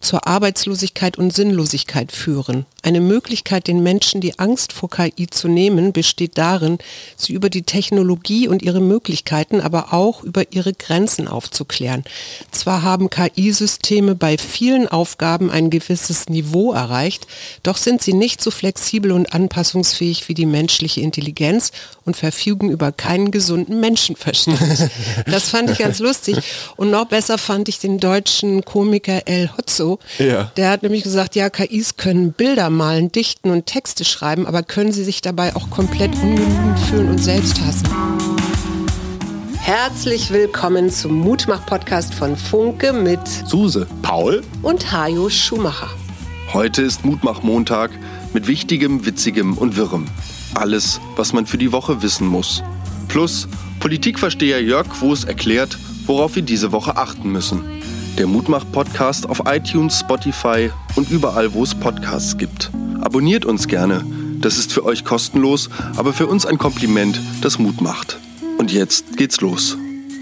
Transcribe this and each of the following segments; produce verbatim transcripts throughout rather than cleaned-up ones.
zur Arbeitslosigkeit und Sinnlosigkeit führen. Eine Möglichkeit, den Menschen die Angst vor K I zu nehmen, besteht darin, sie über die Technologie und ihre Möglichkeiten, aber auch über ihre Grenzen aufzuklären. Zwar haben K I-Systeme bei vielen Aufgaben ein gewisses Niveau erreicht, doch sind sie nicht so flexibel und anpassungsfähig wie die menschliche Intelligenz und verfügen über keinen gesunden Menschenverstand. Das fand ich ganz lustig. Und noch besser fand ich den deutschen Komiker El Hotzo. Ja. Der hat nämlich gesagt, ja, K Is können Bilder malen, dichten und Texte schreiben, aber können sie sich dabei auch komplett ungenügend fühlen und selbst hassen. Herzlich willkommen zum Mutmach-Podcast von Funke mit Suse, Paul und Hajo Schumacher. Heute ist Mutmach-Montag mit Wichtigem, Witzigem und Wirrem. Alles, was man für die Woche wissen muss. Plus Politikversteher Jörg Quos erklärt, worauf wir diese Woche achten müssen. Der Mutmach-Podcast auf iTunes, Spotify und überall, wo es Podcasts gibt. Abonniert uns gerne. Das ist für euch kostenlos, aber für uns ein Kompliment, das Mut macht. Und jetzt geht's los.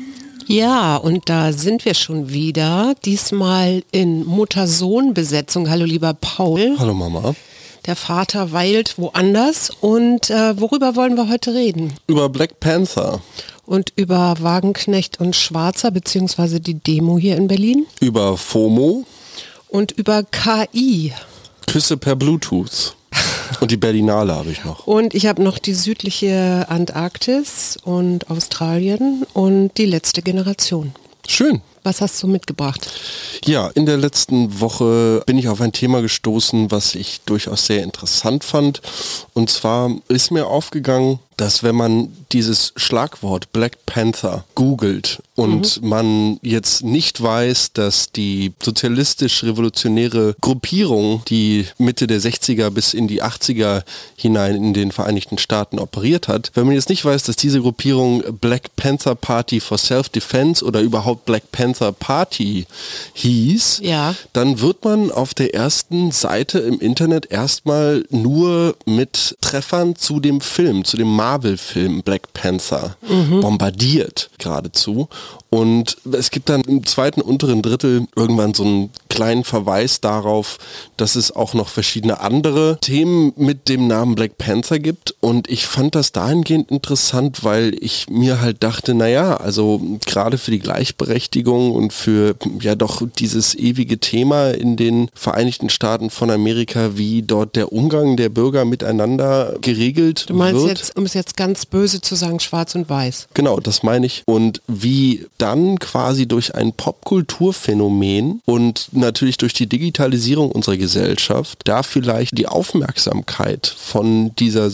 Ja, und da sind wir schon wieder. Diesmal in Mutter-Sohn-Besetzung. Hallo lieber Paul. Hallo Mama. Der Vater weilt woanders. Und äh, worüber wollen wir heute reden? Über Black Panther. Und über Wagenknecht und Schwarzer, beziehungsweise die Demo hier in Berlin. Über FOMO. Und über K I. Küsse per Bluetooth. Und die Berlinale habe ich noch. Und ich habe noch die südliche Antarktis und Australien und die letzte Generation. Schön. Was hast du mitgebracht? Ja, in der letzten Woche bin ich auf ein Thema gestoßen, was ich durchaus sehr interessant fand. Und zwar ist mir aufgegangen, dass wenn man dieses Schlagwort Black Panther googelt und mhm. man jetzt nicht weiß, dass die sozialistisch-revolutionäre Gruppierung, die Mitte der sechziger bis in die achtziger hinein in den Vereinigten Staaten operiert hat, wenn man jetzt nicht weiß, dass diese Gruppierung Black Panther Party for Self-Defense oder überhaupt Black Panther Party hieß, ja. dann wird man auf der ersten Seite im Internet erstmal nur mit Treffern zu dem Film, zu dem Marvel-Film Black Panther mhm. bombardiert geradezu. Und es gibt dann im zweiten unteren Drittel irgendwann so einen kleinen Verweis darauf, dass es auch noch verschiedene andere Themen mit dem Namen Black Panther gibt. Und ich fand das dahingehend interessant, weil ich mir halt dachte, naja, also gerade für die Gleichberechtigung und für ja doch dieses ewige Thema in den Vereinigten Staaten von Amerika, wie dort der Umgang der Bürger miteinander geregelt wird. Du meinst jetzt, um es jetzt ganz böse zu sagen, schwarz und weiß. Genau, das meine ich. Und wie dann quasi durch ein Popkulturphänomen und natürlich durch die Digitalisierung unserer Gesellschaft da vielleicht die Aufmerksamkeit von dieser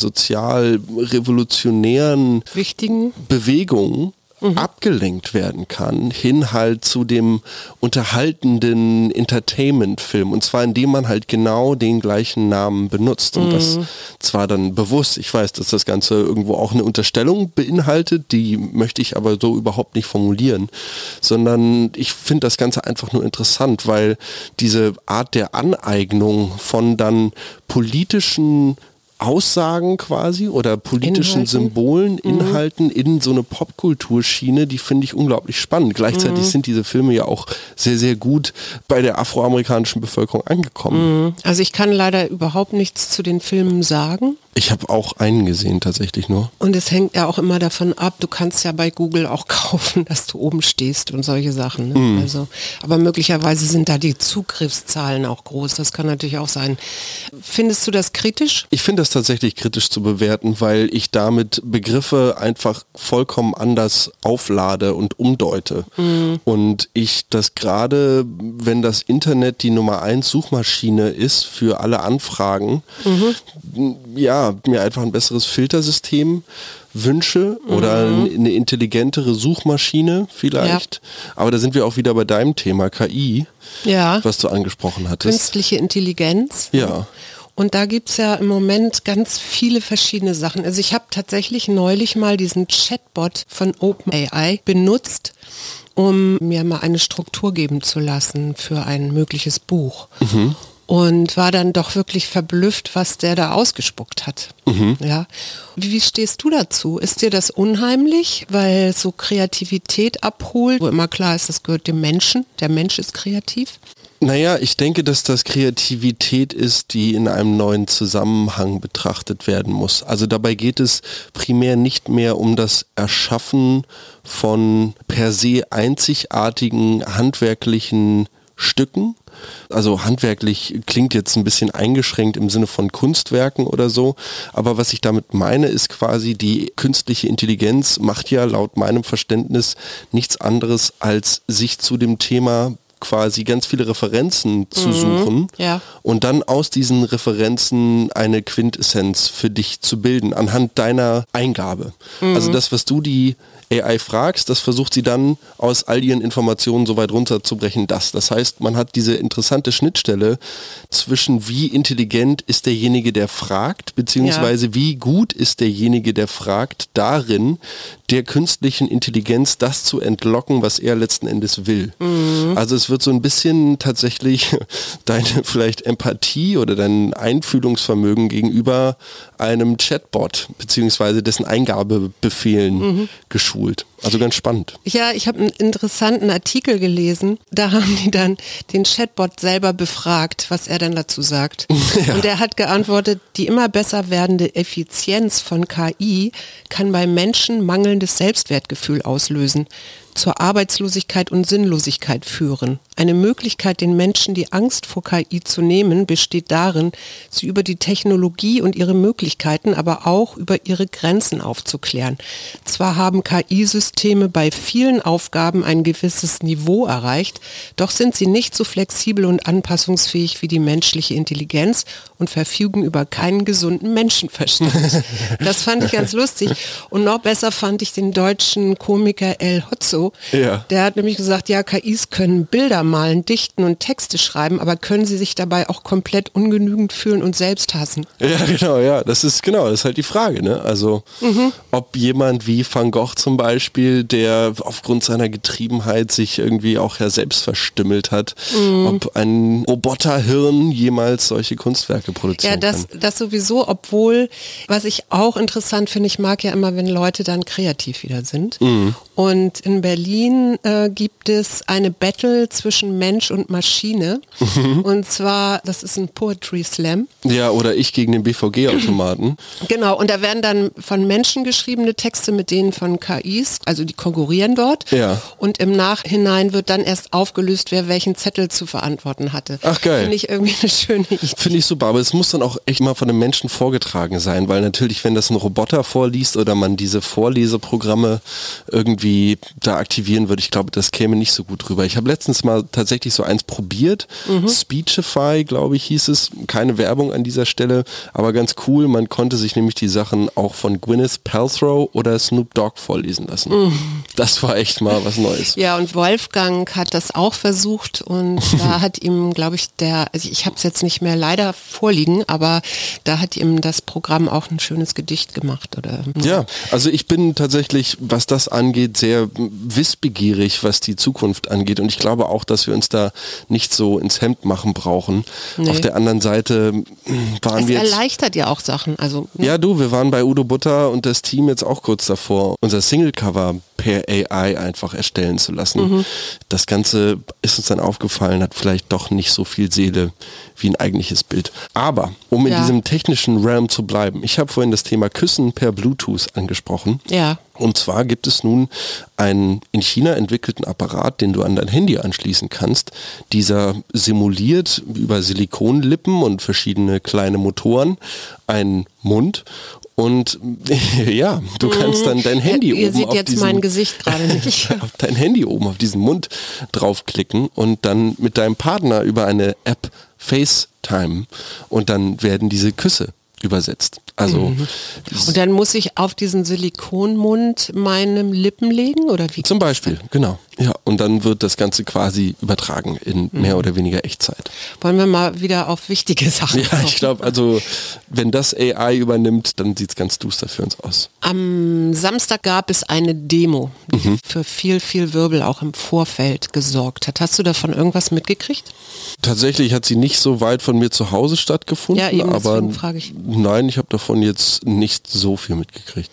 sozial-revolutionären wichtigen Bewegung Mhm. abgelenkt werden kann, hin halt zu dem unterhaltenden Entertainment-Film. Und zwar indem man halt genau den gleichen Namen benutzt. Und mhm. das zwar dann bewusst, ich weiß, dass das Ganze irgendwo auch eine Unterstellung beinhaltet, die möchte ich aber so überhaupt nicht formulieren, sondern ich finde das Ganze einfach nur interessant, weil diese Art der Aneignung von dann politischen Aussagen quasi oder politischen Inhalten. Symbolen, Inhalten mhm. in so eine Popkulturschiene, die finde ich unglaublich spannend. Gleichzeitig mhm. sind diese Filme ja auch sehr, sehr gut bei der afroamerikanischen Bevölkerung angekommen. Mhm. Also ich kann leider überhaupt nichts zu den Filmen sagen. Ich habe auch einen gesehen, tatsächlich nur. Und es hängt ja auch immer davon ab, du kannst ja bei Google auch kaufen, dass du oben stehst und solche Sachen. Ne? Mm. Also, aber möglicherweise sind da die Zugriffszahlen auch groß, das kann natürlich auch sein. Findest du das kritisch? Ich finde das tatsächlich kritisch zu bewerten, weil ich damit Begriffe einfach vollkommen anders auflade und umdeute. Mm. Und ich das gerade, wenn das Internet die Nummer eins Suchmaschine ist für alle Anfragen, mhm. ja, mir einfach ein besseres Filtersystem wünsche oder mhm. eine intelligentere Suchmaschine vielleicht. Ja. Aber da sind wir auch wieder bei deinem Thema K I, ja. was du angesprochen hattest. Künstliche Intelligenz. Ja. Und da gibt es ja im Moment ganz viele verschiedene Sachen. Also ich habe tatsächlich neulich mal diesen Chatbot von OpenAI benutzt, um mir mal eine Struktur geben zu lassen für ein mögliches Buch. Mhm. Und war dann doch wirklich verblüfft, was der da ausgespuckt hat. Mhm. Ja. Wie, wie stehst du dazu? Ist dir das unheimlich, weil so Kreativität abholt, wo immer klar ist, das gehört dem Menschen, der Mensch ist kreativ? Naja, ich denke, dass das Kreativität ist, die in einem neuen Zusammenhang betrachtet werden muss. Also dabei geht es primär nicht mehr um das Erschaffen von per se einzigartigen handwerklichen Stücken. Also handwerklich klingt jetzt ein bisschen eingeschränkt im Sinne von Kunstwerken oder so, aber was ich damit meine, ist quasi, die künstliche Intelligenz macht ja laut meinem Verständnis nichts anderes, als sich zu dem Thema quasi ganz viele Referenzen zu mhm, suchen ja. und dann aus diesen Referenzen eine Quintessenz für dich zu bilden, anhand deiner Eingabe. Mhm. Also das, was du die A I fragst, das versucht sie dann aus all ihren Informationen so weit runterzubrechen, dass. Das heißt, man hat diese interessante Schnittstelle zwischen wie intelligent ist derjenige, der fragt, beziehungsweise ja. wie gut ist derjenige, der fragt, darin, der künstlichen Intelligenz das zu entlocken, was er letzten Endes will. Mhm. Also es wird so ein bisschen tatsächlich deine vielleicht Empathie oder dein Einfühlungsvermögen gegenüber einem Chatbot, beziehungsweise dessen Eingabebefehlen mhm. geschult. Also ganz spannend. Ja, ich habe einen interessanten Artikel gelesen. Da haben die dann den Chatbot selber befragt, was er denn dazu sagt. Ja. Und er hat geantwortet, die immer besser werdende Effizienz von K I kann bei Menschen mangelndes Selbstwertgefühl auslösen, zur Arbeitslosigkeit und Sinnlosigkeit führen. Eine Möglichkeit, den Menschen die Angst vor K I zu nehmen, besteht darin, sie über die Technologie und ihre Möglichkeiten, aber auch über ihre Grenzen aufzuklären. Zwar haben K I-Systeme bei vielen Aufgaben ein gewisses Niveau erreicht, doch sind sie nicht so flexibel und anpassungsfähig wie die menschliche Intelligenz und verfügen über keinen gesunden Menschenverstand. Das fand ich ganz lustig. Und noch besser fand ich den deutschen Komiker El Hotzo. Ja. Der hat nämlich gesagt, ja, K Is können Bilder malen, dichten und Texte schreiben, aber können sie sich dabei auch komplett ungenügend fühlen und selbst hassen? Ja, genau, ja, das ist genau, das ist halt die Frage, ne? Also, mhm. ob jemand wie Van Gogh zum Beispiel, der aufgrund seiner Getriebenheit sich irgendwie auch ja selbst verstümmelt hat, mhm. ob ein Roboterhirn jemals solche Kunstwerke produzieren ja, das, kann. das sowieso, obwohl, was ich auch interessant finde, ich mag ja immer, wenn Leute dann kreativ wieder sind. Mhm. Und in Berlin äh, gibt es eine Battle zwischen Mensch und Maschine. Mhm. Und zwar, das ist ein Poetry Slam. Ja, oder ich gegen den B V G-Automaten. Genau, und da werden dann von Menschen geschriebene Texte mit denen von K Is, also die konkurrieren dort. Ja. Und im Nachhinein wird dann erst aufgelöst, wer welchen Zettel zu verantworten hatte. Ach geil. Finde ich irgendwie eine schöne Idee. Finde ich super, aber es muss dann auch echt mal von einem Menschen vorgetragen sein, weil natürlich, wenn das ein Roboter vorliest oder man diese Vorleseprogramme irgendwie da aktivieren würde, ich glaube, das käme nicht so gut rüber. Ich habe letztens mal tatsächlich so eins probiert, mhm. Speechify, glaube ich, hieß es, keine Werbung an dieser Stelle, aber ganz cool, man konnte sich nämlich die Sachen auch von Gwyneth Paltrow oder Snoop Dogg vorlesen lassen. Mhm. Das war echt mal was Neues. Ja, und Wolfgang hat das auch versucht und da hat ihm, glaube ich, der, also ich habe es jetzt nicht mehr leider vorliegen, aber da hat ihm das Programm auch ein schönes Gedicht gemacht. Oder ja, also ich bin tatsächlich, was das angeht, sehr wissbegierig, was die Zukunft angeht, und ich glaube auch, dass wir uns da nicht so ins Hemd machen brauchen. Nee. Auf der anderen Seite waren es wir jetzt... Es erleichtert ja auch Sachen. Also, ne? Ja, du, wir waren bei Udo Butter und das Team jetzt auch kurz davor, unser Singlecover per A I einfach erstellen zu lassen. Mhm. Das Ganze ist uns dann aufgefallen, hat vielleicht doch nicht so viel Seele wie ein eigentliches Bild. Aber, um in ja. diesem technischen Realm zu bleiben, ich habe vorhin das Thema Küssen per Bluetooth angesprochen. Ja. Und zwar gibt es nun einen in China entwickelten Apparat, den du an dein Handy anschließen kannst. Dieser simuliert über Silikonlippen und verschiedene kleine Motoren einen Mund. Und ja, du kannst dann dein Handy ja, ihr oben seht auf jetzt diesen, mein Gesicht gerade nicht. auf dein Handy oben auf diesen Mund draufklicken und dann mit deinem Partner über eine App FaceTime und dann werden diese Küsse übersetzt. Also mhm. Und dann muss ich auf diesen Silikonmund meinem Lippen legen, oder wie? Zum Beispiel, genau. Ja, und dann wird das Ganze quasi übertragen in mehr oder weniger Echtzeit. Wollen wir mal wieder auf wichtige Sachen Ja, kommen? Ich glaube, also wenn das A I übernimmt, dann sieht es ganz duster für uns aus. Am Samstag gab es eine Demo, die mhm. für viel, viel Wirbel auch im Vorfeld gesorgt hat. Hast du davon irgendwas mitgekriegt? Tatsächlich hat sie nicht so weit von mir zu Hause stattgefunden, ja, eben, aber frage ich. Nein, ich habe davon jetzt nicht so viel mitgekriegt.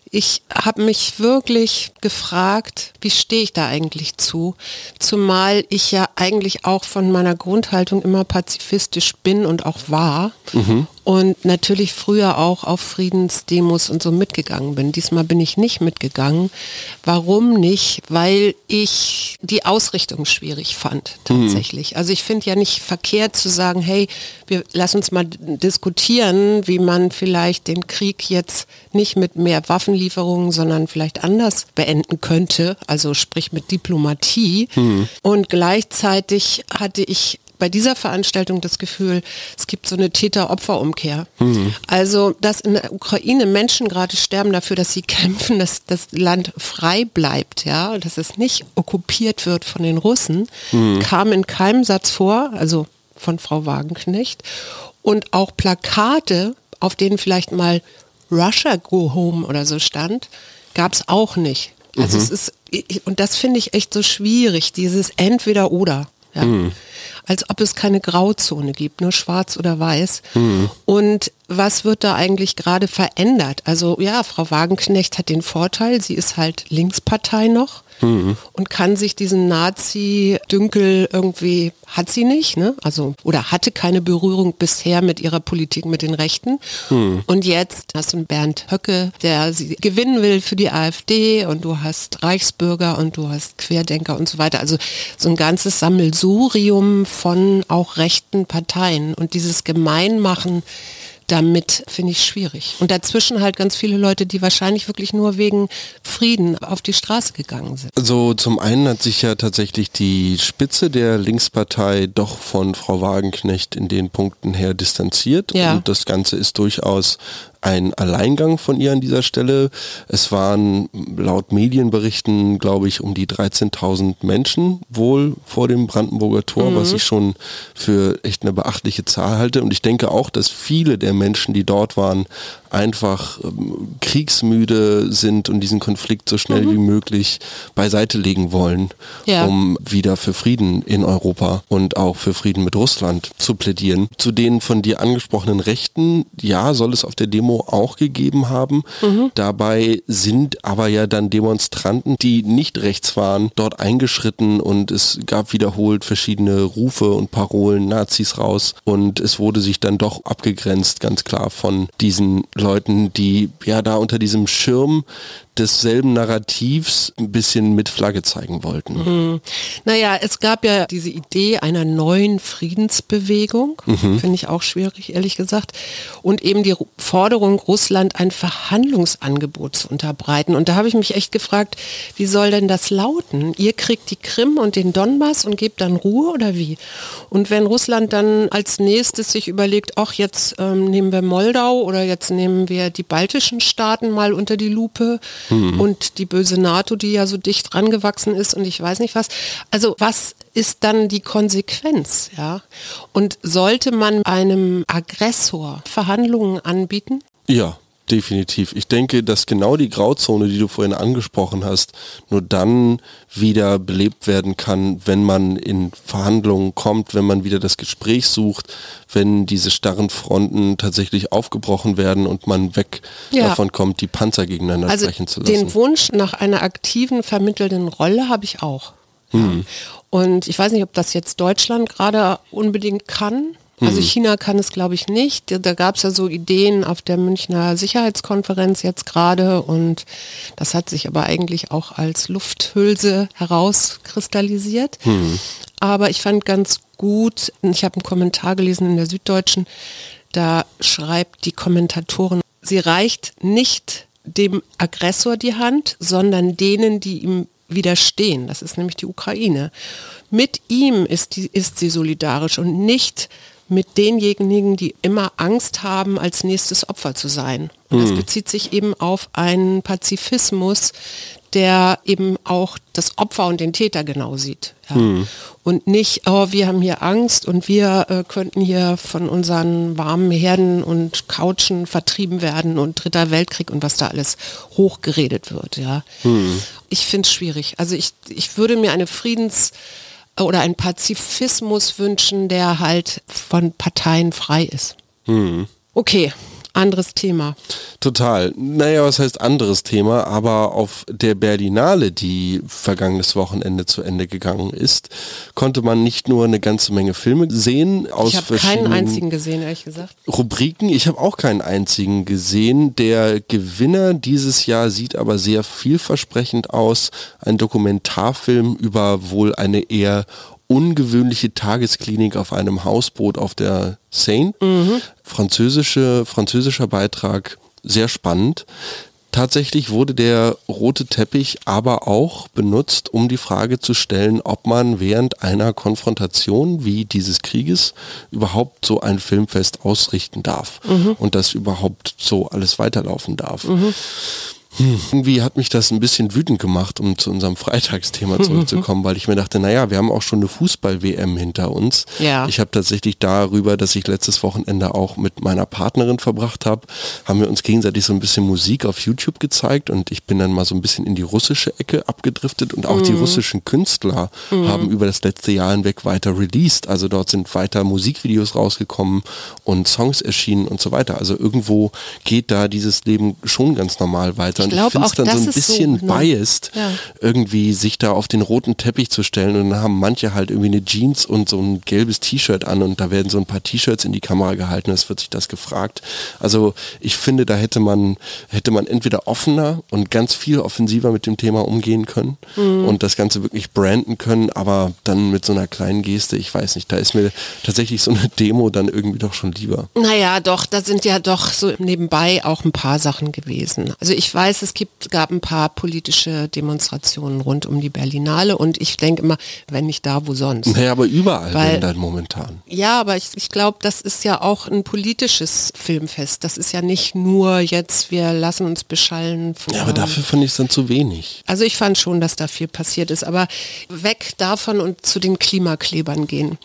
Ich habe mich wirklich gefragt, wie stehe ich da eigentlich zu? Zumal ich ja eigentlich auch von meiner Grundhaltung immer pazifistisch bin und auch war. Mhm. Und natürlich früher auch auf Friedensdemos und so mitgegangen bin. Diesmal bin ich nicht mitgegangen. Warum nicht? Weil ich die Ausrichtung schwierig fand, tatsächlich. Mhm. Also ich finde ja nicht verkehrt zu sagen, hey, wir lass uns mal diskutieren, wie man vielleicht den Krieg jetzt nicht mit mehr Waffenlieferungen, sondern vielleicht anders beenden könnte, also sprich mit Diplomatie. Mhm. Und gleichzeitig hatte ich bei dieser Veranstaltung das Gefühl, es gibt so eine Täter-Opfer-Umkehr. Mhm. Also, dass in der Ukraine Menschen gerade sterben dafür, dass sie kämpfen, dass das Land frei bleibt, ja, dass es nicht okkupiert wird von den Russen, mhm. kam in keinem Satz vor, also von Frau Wagenknecht. Und auch Plakate, auf denen vielleicht mal Russia go home oder so stand, gab es auch nicht. Also mhm. es ist, und das finde ich echt so schwierig, dieses Entweder-Oder. Ja. Mhm. Als ob es keine Grauzone gibt, nur schwarz oder weiß. Mhm. Und was wird da eigentlich gerade verändert? Also ja, Frau Wagenknecht hat den Vorteil, sie ist halt Linkspartei noch mhm. und kann sich diesen Nazi-Dünkel irgendwie, hat sie nicht, ne? Also, oder hatte keine Berührung bisher mit ihrer Politik mit den Rechten. Mhm. Und jetzt hast du einen Bernd Höcke, der sie gewinnen will für die AfD, und du hast Reichsbürger und du hast Querdenker und so weiter. Also so ein ganzes Sammelsurium von auch rechten Parteien, und dieses Gemeinmachen damit finde ich schwierig. Und dazwischen halt ganz viele Leute, die wahrscheinlich wirklich nur wegen Frieden auf die Straße gegangen sind. Also zum einen hat sich ja tatsächlich die Spitze der Linkspartei doch von Frau Wagenknecht in den Punkten her distanziert. Ja. Und das Ganze ist durchaus ein Alleingang von ihr an dieser Stelle. Es waren laut Medienberichten, glaube ich, um die dreizehntausend Menschen wohl vor dem Brandenburger Tor, mhm. was ich schon für echt eine beachtliche Zahl halte. Und ich denke auch, dass viele der Menschen, die dort waren, einfach ähm, kriegsmüde sind und diesen Konflikt so schnell mhm. wie möglich beiseite legen wollen, ja. um wieder für Frieden in Europa und auch für Frieden mit Russland zu plädieren. Zu den von dir angesprochenen Rechten, ja, soll es auf der Demo auch gegeben haben. Mhm. Dabei sind aber ja dann Demonstranten, die nicht rechts waren, dort eingeschritten, und es gab wiederholt verschiedene Rufe und Parolen, Nazis raus, und es wurde sich dann doch abgegrenzt, ganz klar, von diesen Leuten, die ja da unter diesem Schirm desselben Narrativs ein bisschen mit Flagge zeigen wollten. Mhm. Naja, es gab ja diese Idee einer neuen Friedensbewegung, mhm. finde ich auch schwierig, ehrlich gesagt, und eben die Forderung, Russland ein Verhandlungsangebot zu unterbreiten. Und da habe ich mich echt gefragt, wie soll denn das lauten? Ihr kriegt die Krim und den Donbass und gebt dann Ruhe, oder wie? Und wenn Russland dann als nächstes sich überlegt, ach, jetzt ähm, nehmen wir Moldau oder jetzt nehmen wir die baltischen Staaten mal unter die Lupe, Mhm. und die böse NATO, die ja so dicht rangewachsen ist und ich weiß nicht was. Also was ist dann die Konsequenz? Ja? Und sollte man einem Aggressor Verhandlungen anbieten? Ja. Definitiv. Ich denke, dass genau die Grauzone, die du vorhin angesprochen hast, nur dann wieder belebt werden kann, wenn man in Verhandlungen kommt, wenn man wieder das Gespräch sucht, wenn diese starren Fronten tatsächlich aufgebrochen werden und man weg ja. davon kommt, die Panzer gegeneinander also sprechen zu lassen. Den Wunsch nach einer aktiven, vermittelnden Rolle habe ich auch. Hm. Ja. Und ich weiß nicht, ob das jetzt Deutschland gerade unbedingt kann. Also China kann es, glaube ich, nicht. Da gab es ja so Ideen auf der Münchner Sicherheitskonferenz jetzt gerade, und das hat sich aber eigentlich auch als Lufthülse herauskristallisiert. Hm. Aber ich fand ganz gut, ich habe einen Kommentar gelesen in der Süddeutschen, da schreibt die Kommentatorin, sie reicht nicht dem Aggressor die Hand, sondern denen, die ihm widerstehen. Das ist nämlich die Ukraine. Mit ihm ist, die, ist sie solidarisch und nicht mit denjenigen, die immer Angst haben, als nächstes Opfer zu sein. Und das bezieht sich eben auf einen Pazifismus, der eben auch das Opfer und den Täter genau sieht. Ja. Mhm. Und nicht, oh, wir haben hier Angst und wir äh, könnten hier von unseren warmen Herden und Couchen vertrieben werden und Dritter Weltkrieg und was da alles hochgeredet wird. Ja. Mhm. Ich finde es schwierig. Also ich, ich würde mir eine Friedens- oder einen Pazifismus wünschen, der halt von Parteien frei ist. Mhm. Okay. Anderes Thema. Total. Naja, was heißt anderes Thema, aber auf der Berlinale, die vergangenes Wochenende zu Ende gegangen ist, konnte man nicht nur eine ganze Menge Filme sehen aus ich verschiedenen keinen einzigen gesehen, ehrlich gesagt. Rubriken. Ich habe auch keinen einzigen gesehen. Der Gewinner dieses Jahr sieht aber sehr vielversprechend aus. Ein Dokumentarfilm über wohl eine eher ungewöhnliche Tagesklinik auf einem Hausboot auf der Seine. Mhm. Französische, französischer Beitrag, sehr spannend. Tatsächlich wurde der rote Teppich aber auch benutzt, um die Frage zu stellen, ob man während einer Konfrontation wie dieses Krieges überhaupt so ein Filmfest ausrichten darf mhm. und das überhaupt so alles weiterlaufen darf. Mhm. Hm. Irgendwie hat mich das ein bisschen wütend gemacht, um zu unserem Freitagsthema zurückzukommen, weil ich mir dachte, naja, wir haben auch schon eine Fußball-W M hinter uns. Ja. Ich habe tatsächlich darüber, dass ich letztes Wochenende auch mit meiner Partnerin verbracht habe, haben wir uns gegenseitig so ein bisschen Musik auf YouTube gezeigt und ich bin dann mal so ein bisschen in die russische Ecke abgedriftet und auch mhm. die russischen Künstler mhm. haben über das letzte Jahr hinweg weiter released. Also dort sind weiter Musikvideos rausgekommen und Songs erschienen und so weiter. Also irgendwo geht da dieses Leben schon ganz normal weiter. Ich, ich finde es dann so ein bisschen so, ne? biased, ja. irgendwie sich da auf den roten Teppich zu stellen und dann haben manche halt irgendwie eine Jeans und so ein gelbes T-Shirt an und da werden so ein paar T-Shirts in die Kamera gehalten, es wird sich das gefragt. Also ich finde, da hätte man, hätte man entweder offener und ganz viel offensiver mit dem Thema umgehen können mhm. und das Ganze wirklich branden können, aber dann mit so einer kleinen Geste, ich weiß nicht, da ist mir tatsächlich so eine Demo dann irgendwie doch schon lieber. Naja, doch, da sind ja doch so nebenbei auch ein paar Sachen gewesen. Also ich weiß, es gibt, gab ein paar politische Demonstrationen rund um die Berlinale und ich denke immer, wenn nicht da, wo sonst? Naja, aber überall Weil, dann momentan. Ja, aber ich, ich glaube, das ist ja auch ein politisches Filmfest. Das ist ja nicht nur jetzt, wir lassen uns beschallen. Von, ja, aber dafür fand ich es dann zu wenig. Also ich fand schon, dass da viel passiert ist, aber weg davon und zu den Klimaklebern gehen.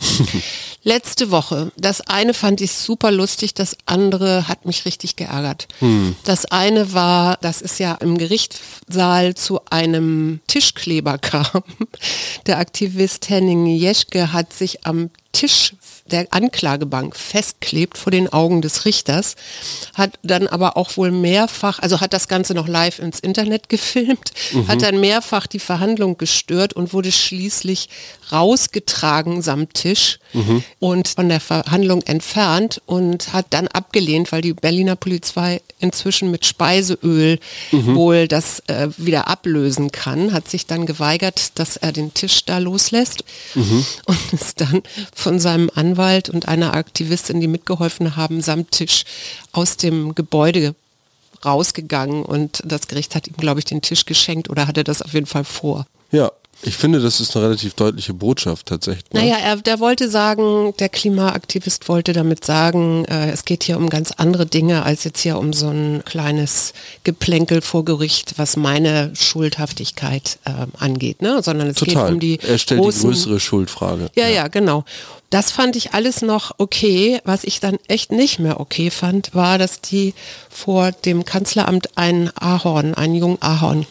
Letzte Woche, das eine fand ich super lustig, das andere hat mich richtig geärgert. Hm. Das eine war, das ist ja im Gerichtssaal zu einem Tischkleber kam. Der Aktivist Henning Jeschke hat sich am Tisch der Anklagebank festklebt vor den Augen des Richters, hat dann aber auch wohl mehrfach, also hat das Ganze noch live ins Internet gefilmt, mhm. hat dann mehrfach die Verhandlung gestört und wurde schließlich rausgetragen samt Tisch mhm. und von der Verhandlung entfernt und hat dann abgelehnt, weil die Berliner Polizei inzwischen mit Speiseöl mhm. wohl das äh, wieder ablösen kann, hat sich dann geweigert, dass er den Tisch da loslässt mhm. und ist dann von seinem Anwalt und einer Aktivistin, die mitgeholfen haben, samt Tisch aus dem Gebäude rausgegangen und das Gericht hat ihm, glaube ich, den Tisch geschenkt oder hatte das auf jeden Fall vor. Ja. Ich finde, das ist eine relativ deutliche Botschaft tatsächlich. Ne? Naja, er, der wollte sagen, der Klimaaktivist wollte damit sagen, äh, es geht hier um ganz andere Dinge, als jetzt hier um so ein kleines Geplänkel vor Gericht, was meine Schuldhaftigkeit äh, angeht, ne? Sondern es Total. geht um die Er stellt großen, die größere Schuldfrage. Ja, ja, ja, genau. Das fand ich alles noch okay. Was ich dann echt nicht mehr okay fand, war, dass die vor dem Kanzleramt einen Ahorn, einen jungen Ahorn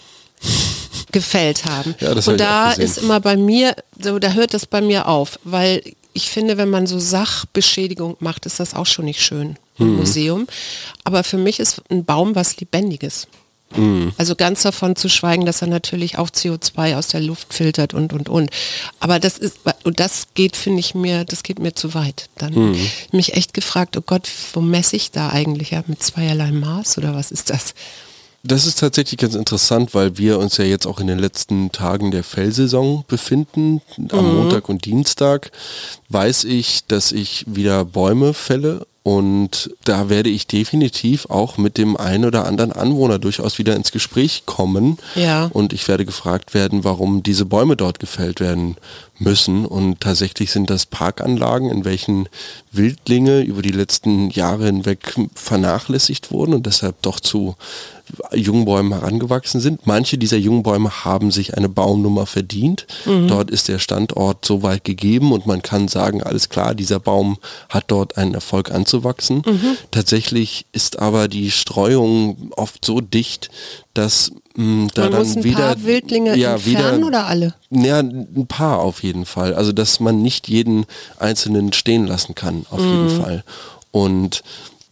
gefällt haben. Ja, das und da ist immer bei mir, so, da hört das bei mir auf, weil ich finde, wenn man so Sachbeschädigung macht, ist das auch schon nicht schön im mhm. Museum. Aber für mich ist ein Baum was Lebendiges. Mhm. Also ganz davon zu schweigen, dass er natürlich auch C O zwei aus der Luft filtert und und und. Aber das ist, und das geht, finde ich mir, das geht mir zu weit. Dann mhm. mich echt gefragt, oh Gott, wo messe ich da eigentlich? Ja, mit zweierlei Maß oder was ist das? Das ist tatsächlich ganz interessant, weil wir uns ja jetzt auch in den letzten Tagen der Fellsaison befinden. Am mhm. Montag und Dienstag weiß ich, dass ich wieder Bäume fälle. Und da werde ich definitiv auch mit dem einen oder anderen Anwohner durchaus wieder ins Gespräch kommen. Ja. Und ich werde gefragt werden, warum diese Bäume dort gefällt werden müssen. Und tatsächlich sind das Parkanlagen, in welchen Wildlinge über die letzten Jahre hinweg vernachlässigt wurden und deshalb doch zu jungen Bäumen herangewachsen sind. Manche dieser jungen Bäume haben sich eine Baumnummer verdient. Mhm. Dort ist der Standort so weit gegeben und man kann sagen, alles klar, dieser Baum hat dort einen Erfolg anzuwachsen. Mhm. Tatsächlich ist aber die Streuung oft so dicht, dass mh, da man dann muss ein wieder paar Wildlinge ja, entfernen wieder, oder alle? Ja, ein paar auf jeden Fall. Also dass man nicht jeden einzelnen stehen lassen kann, auf mhm. jeden Fall. Und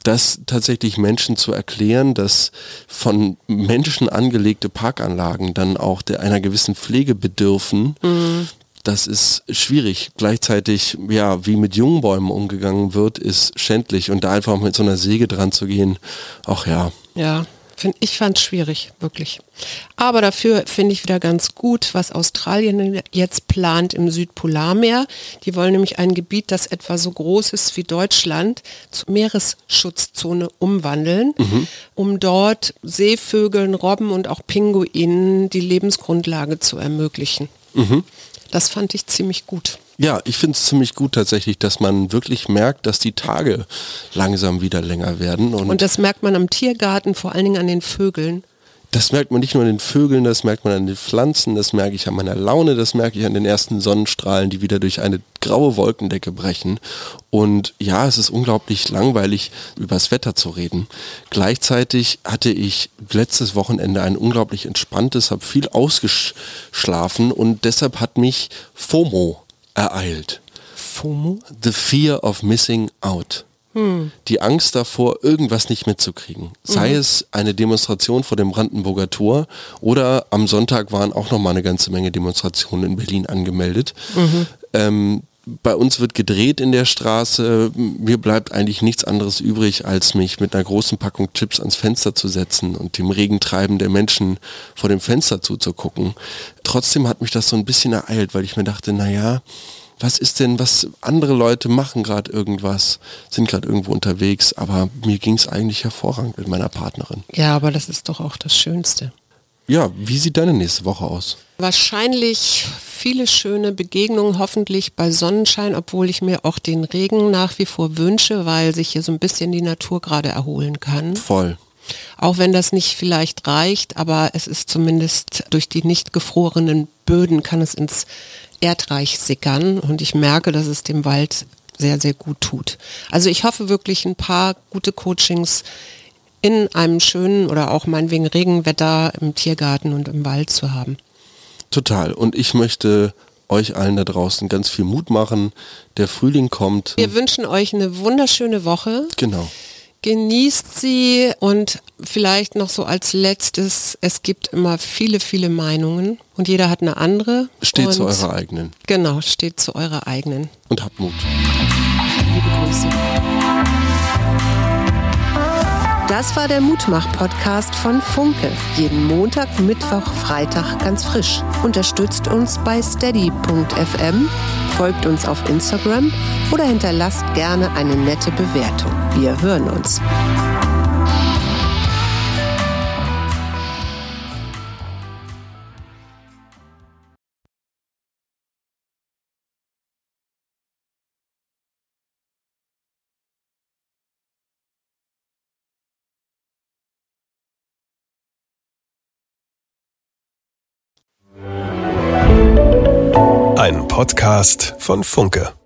das tatsächlich Menschen zu erklären, dass von Menschen angelegte Parkanlagen dann auch der einer gewissen Pflege bedürfen, mhm. das ist schwierig. Gleichzeitig, ja, wie mit Jungbäumen umgegangen wird, ist schändlich. Und da einfach mit so einer Säge dran zu gehen, ach ja. Ja. Ich fand es schwierig, wirklich. Aber dafür finde ich wieder ganz gut, was Australien jetzt plant im Südpolarmeer. Die wollen nämlich ein Gebiet, das etwa so groß ist wie Deutschland, zur Meeresschutzzone umwandeln, mhm. um dort Seevögeln, Robben und auch Pinguinen die Lebensgrundlage zu ermöglichen. Mhm. Das fand ich ziemlich gut. Ja, ich finde es ziemlich gut tatsächlich, dass man wirklich merkt, dass die Tage langsam wieder länger werden. Und, und das merkt man am Tiergarten, vor allen Dingen an den Vögeln. Das merkt man nicht nur an den Vögeln, das merkt man an den Pflanzen, das merke ich an meiner Laune, das merke ich an den ersten Sonnenstrahlen, die wieder durch eine graue Wolkendecke brechen. Und ja, es ist unglaublich langweilig, übers Wetter zu reden. Gleichzeitig hatte ich letztes Wochenende ein unglaublich entspanntes, habe viel ausgeschlafen und deshalb hat mich FOMO ereilt. FOMO? The Fear of Missing Out. Hm. Die Angst davor, irgendwas nicht mitzukriegen. Sei mhm. es eine Demonstration vor dem Brandenburger Tor oder am Sonntag waren auch noch mal eine ganze Menge Demonstrationen in Berlin angemeldet. Mhm. Ähm, bei uns wird gedreht in der Straße. Mir bleibt eigentlich nichts anderes übrig, als mich mit einer großen Packung Chips ans Fenster zu setzen und dem Regentreiben der Menschen vor dem Fenster zuzugucken. Trotzdem hat mich das so ein bisschen ereilt, weil ich mir dachte, naja, was ist denn, was andere Leute machen gerade irgendwas, sind gerade irgendwo unterwegs, aber mir ging es eigentlich hervorragend mit meiner Partnerin. Ja, aber das ist doch auch das Schönste. Ja, wie sieht deine nächste Woche aus? Wahrscheinlich viele schöne Begegnungen, hoffentlich bei Sonnenschein, obwohl ich mir auch den Regen nach wie vor wünsche, weil sich hier so ein bisschen die Natur gerade erholen kann. Voll. Auch wenn das nicht vielleicht reicht, aber es ist zumindest durch die nicht gefrorenen Böden kann es ins Erdreich sickern und ich merke, dass es dem Wald sehr, sehr gut tut. Also ich hoffe wirklich ein paar gute Coachings in einem schönen oder auch meinetwegen Regenwetter im Tiergarten und im Wald zu haben. Total. Und ich möchte euch allen da draußen ganz viel Mut machen. Der Frühling kommt. Wir wünschen euch eine wunderschöne Woche. Genau. Genießt sie und vielleicht noch so als letztes, es gibt immer viele, viele Meinungen und jeder hat eine andere. Steht zu eurer eigenen. Genau, steht zu eurer eigenen. Und habt Mut. Liebe Grüße. Das war der Mutmach-Podcast von Funke. Jeden Montag, Mittwoch, Freitag ganz frisch. Unterstützt uns bei steady punkt f m, folgt uns auf Instagram oder hinterlasst gerne eine nette Bewertung. Wir hören uns. Ein Podcast von Funke.